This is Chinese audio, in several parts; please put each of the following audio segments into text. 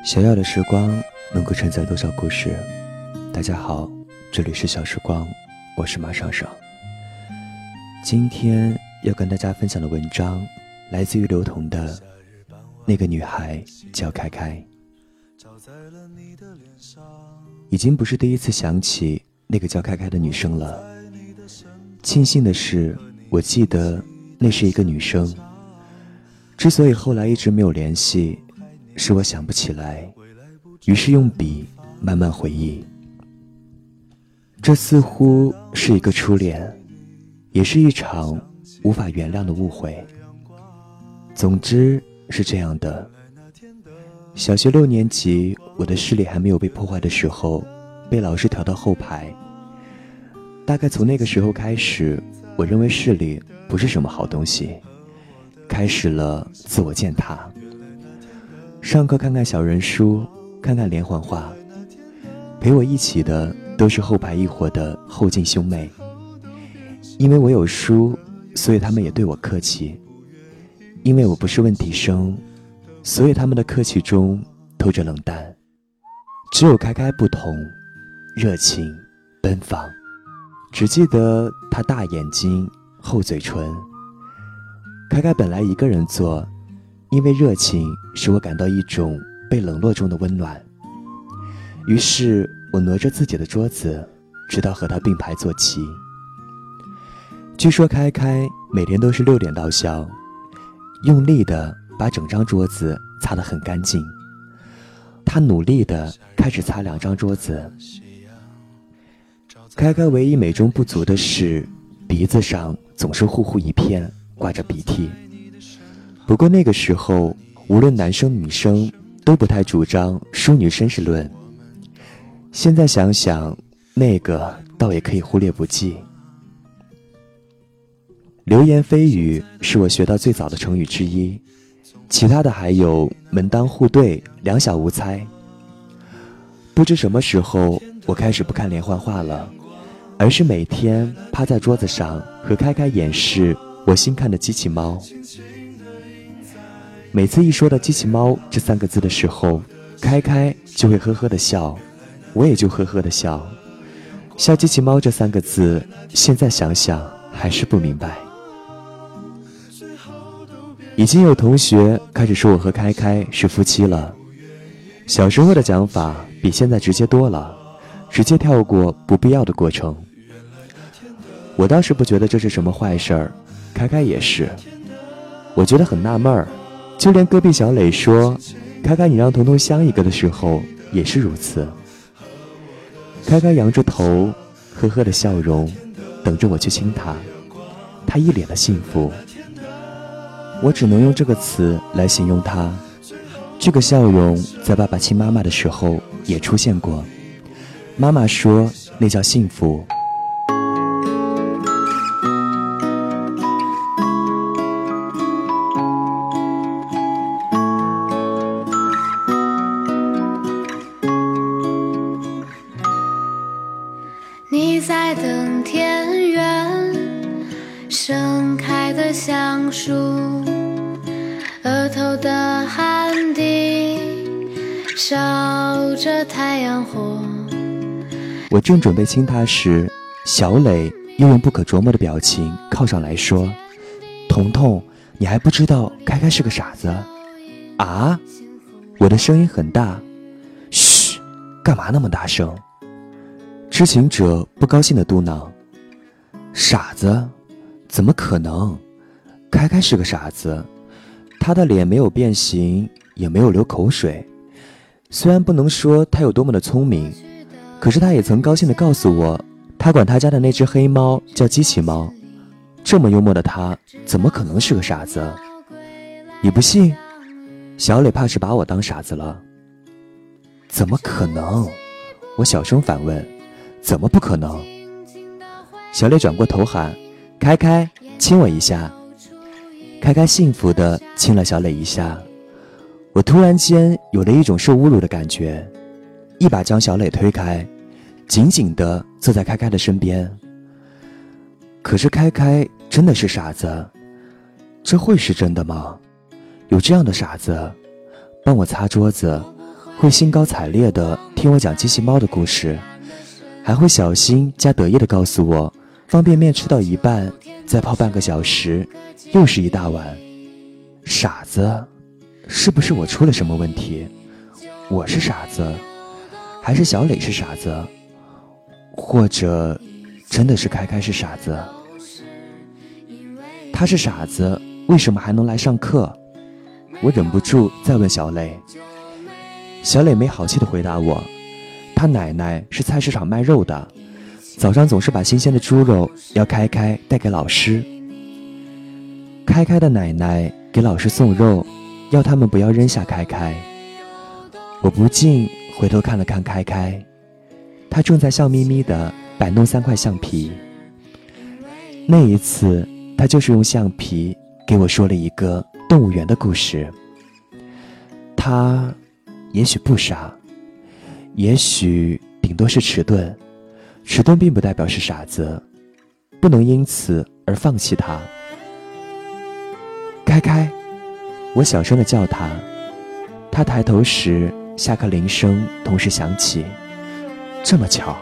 小小的时光能够承载多少故事？大家好，这里是小时光，我是马爽爽。今天要跟大家分享的文章来自于刘同的《那个女孩叫开开》。已经不是第一次想起那个叫开开的女生了。庆幸的是，我记得那是一个女生。之所以后来一直没有联系，是我想不起来，于是用笔慢慢回忆。这似乎是一个初恋，也是一场无法原谅的误会。总之是这样的，小学6年级，我的视力还没有被破坏的时候，被老师调到后排。大概从那个时候开始，我认为视力不是什么好东西，开始了自我践踏。上课看看小人书，看看连环画，陪我一起的都是后排一伙的后进兄妹。因为我有书，所以他们也对我客气。因为我不是问题生，所以他们的客气中透着冷淡。只有开开不同，热情奔放。只记得他大眼睛厚嘴唇。开开本来一个人坐，因为热情使我感到一种被冷落中的温暖。于是我挪着自己的桌子，直到和他并排坐齐。据说开开每天都是6点到校，用力地把整张桌子擦得很干净。他努力地开始擦2张桌子。开开唯一美中不足的是，鼻子上总是糊糊一片，挂着鼻涕。不过那个时候，无论男生女生都不太主张淑女绅士论。现在想想，那个倒也可以忽略不计。流言蜚语是我学到最早的成语之一，其他的还有门当户对、两小无猜。不知什么时候，我开始不看连环画了，而是每天趴在桌子上和开开演示我新看的机器猫。每次一说到机器猫这3个字的时候，开开就会呵呵地笑，我也就呵呵地笑。笑机器猫这3个字，现在想想还是不明白。已经有同学开始说我和开开是夫妻了。小时候的讲法比现在直接多了，直接跳过不必要的过程。我倒是不觉得这是什么坏事儿，开开也是。我觉得很纳闷儿，就连隔壁小磊说开开你让彤彤相一个的时候也是如此。开开扬着头，呵呵的笑容，等着我去亲他。他一脸的幸福。我只能用这个词来形容他。这个笑容在爸爸亲妈妈的时候也出现过。妈妈说那叫幸福。 你在等田园盛开的橡树，额头的汗滴烧着太阳火。 我正准备亲他时，小磊又用不可琢磨的表情靠上来说，彤彤，你还不知道开开是个傻子啊？我的声音很大。嘘，干嘛那么大声？知情者不高兴地嘟囔，傻子？怎么可能？开开是个傻子，他的脸没有变形，也没有流口水。虽然不能说他有多么的聪明，可是他也曾高兴地告诉我，他管他家的那只黑猫叫机器猫。这么幽默的他，怎么可能是个傻子？你不信？小磊怕是把我当傻子了。怎么可能？我小声反问，怎么不可能？小磊转过头喊，开开，亲我一下。开开幸福地亲了小磊一下。我突然间有了一种受侮辱的感觉，一把将小磊推开，紧紧地坐在开开的身边。可是开开真的是傻子，这会是真的吗？有这样的傻子，帮我擦桌子， 会兴高采烈地听我讲机器猫的故事，还会小心加得意地告诉我，方便面吃到一半再泡半个小时，又是一大碗。傻子，是不是我出了什么问题？我是傻子，还是小磊是傻子？或者真的是开开是傻子？他是傻子，为什么还能来上课？我忍不住再问小磊。小磊没好气地回答我，他奶奶是菜市场卖肉的，早上总是把新鲜的猪肉要开开带给老师。开开的奶奶给老师送肉，要他们不要扔下开开。我不禁回头看了看开开，他正在笑眯眯地摆弄3块橡皮。那一次，他就是用橡皮给我说了一个动物园的故事。他也许不傻，也许顶多是迟钝，迟钝并不代表是傻子，不能因此而放弃他。开开，我小声地叫他。他抬头时，下课铃声同时响起。这么巧。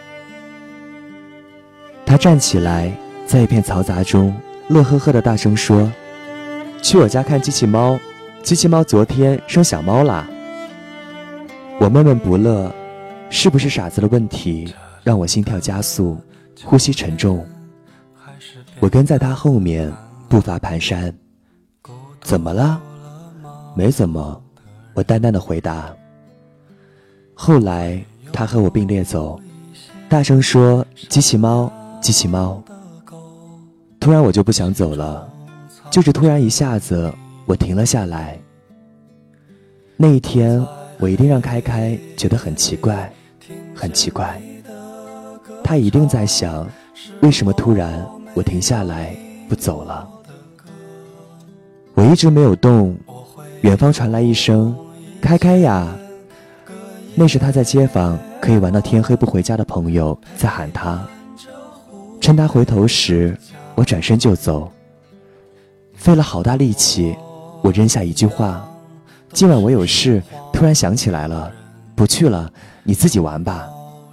他站起来，在一片嘈杂中乐呵呵地大声说，去我家看机器猫，机器猫昨天生小猫啦。我闷闷不乐，是不是傻子的问题让我心跳加速，呼吸沉重。我跟在他后面，步伐蹒跚。怎么了？没怎么，我淡淡的回答。后来他和我并列走，大声说，机器猫，机器猫。突然我就不想走了，就是突然一下子我停了下来。那一天我一定让开开觉得很奇怪，很奇怪。他一定在想，为什么突然我停下来不走了。我一直没有动，远方传来一声，开开呀。那是他在街坊可以玩到天黑不回家的朋友在喊他。趁他回头时，我转身就走。费了好大力气，我扔下一句话，今晚我有事，突然想起来了，不去了，你自己玩吧。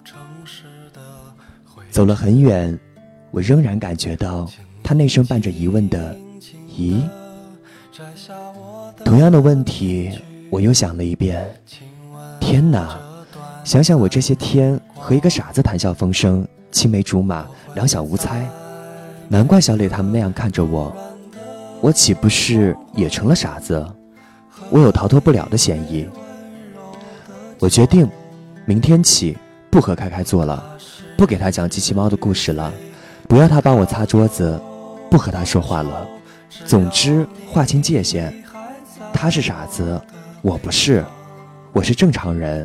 走了很远，我仍然感觉到他那声伴着疑问的咦。同样的问题我又想了一遍。天哪，想想我这些天和一个傻子谈笑风生，青梅竹马，两小无猜，难怪小磊他们那样看着我，我岂不是也成了傻子？我有逃脱不了的嫌疑。我决定明天起不和开开做了，不给他讲机器猫的故事了，不要他帮我擦桌子，不和他说话了。总之划清界限，他是傻子，我不是，我是正常人。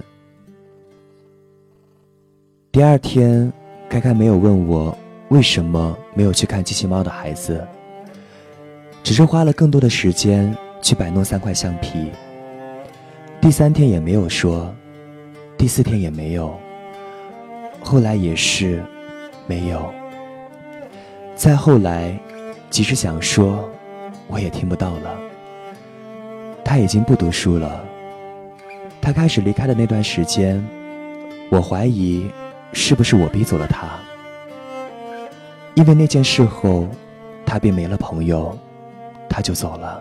第二天，开开没有问我为什么没有去看机器猫的孩子，只是花了更多的时间去摆弄3块橡皮。第3天也没有说，第4天也没有，后来也是没有。再后来，即使想说，我也听不到了。他已经不读书了。他开始离开的那段时间，我怀疑是不是我逼走了他。因为那件事后，他便没了朋友，他就走了。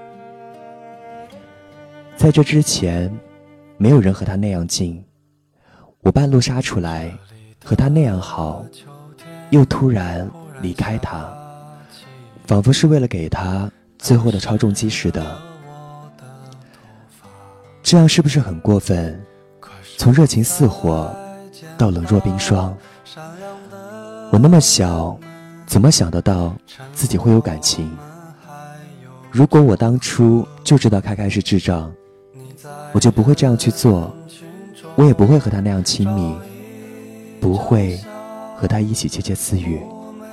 在这之前，没有人和他那样近。我半路杀出来，和他那样好，又突然离开他，仿佛是为了给他最后的稍纵即逝的。这样是不是很过分？从热情似火到冷若冰霜。我那么小，怎么想得到自己会有感情？如果我当初就知道开开是智障，我就不会这样去做，我也不会和他那样亲密，不会和他一起窃窃私语。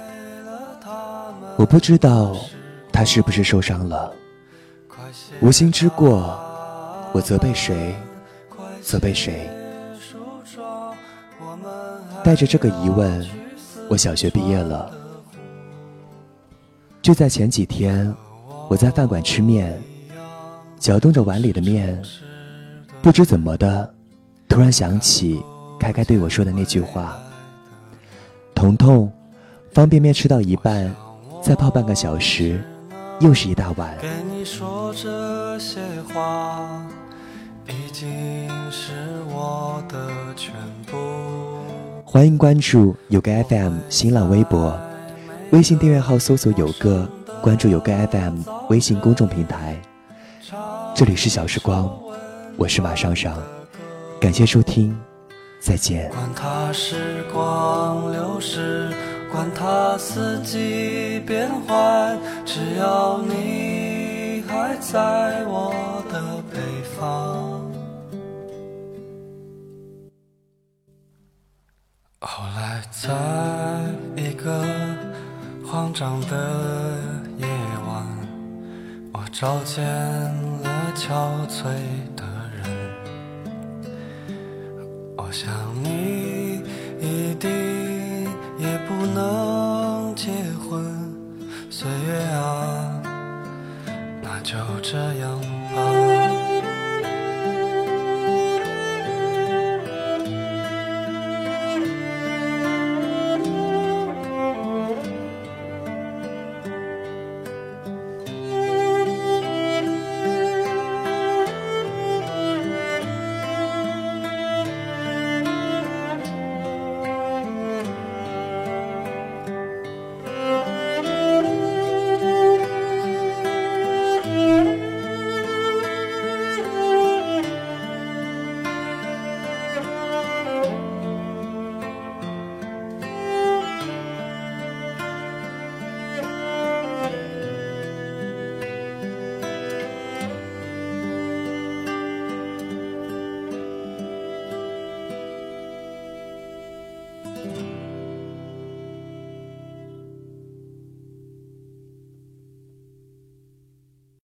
我不知道他是不是受伤了，无心之过，我责备谁？责备谁？带着这个疑问，我小学毕业了。就在前几天，我在饭馆吃面，搅动着碗里的面， 不知怎么的，突然想起开开对我说的那句话：彤彤，方便面吃到一半，再泡半个小时，又是一大碗。 跟你说这些话，已经是我的全部。 欢迎关注有个 FM 新浪微博，微信订阅号搜索有个，关注有个 FM 微信公众平台。这里是小时光，我是马上上，感谢收听，再见。 管它时光流逝，管它四季变换，只要你还在我的北方。后来在一个慌张的夜晚，我找见了憔悴的人。我想你一定也不能结婚，岁月啊，那就这样吧。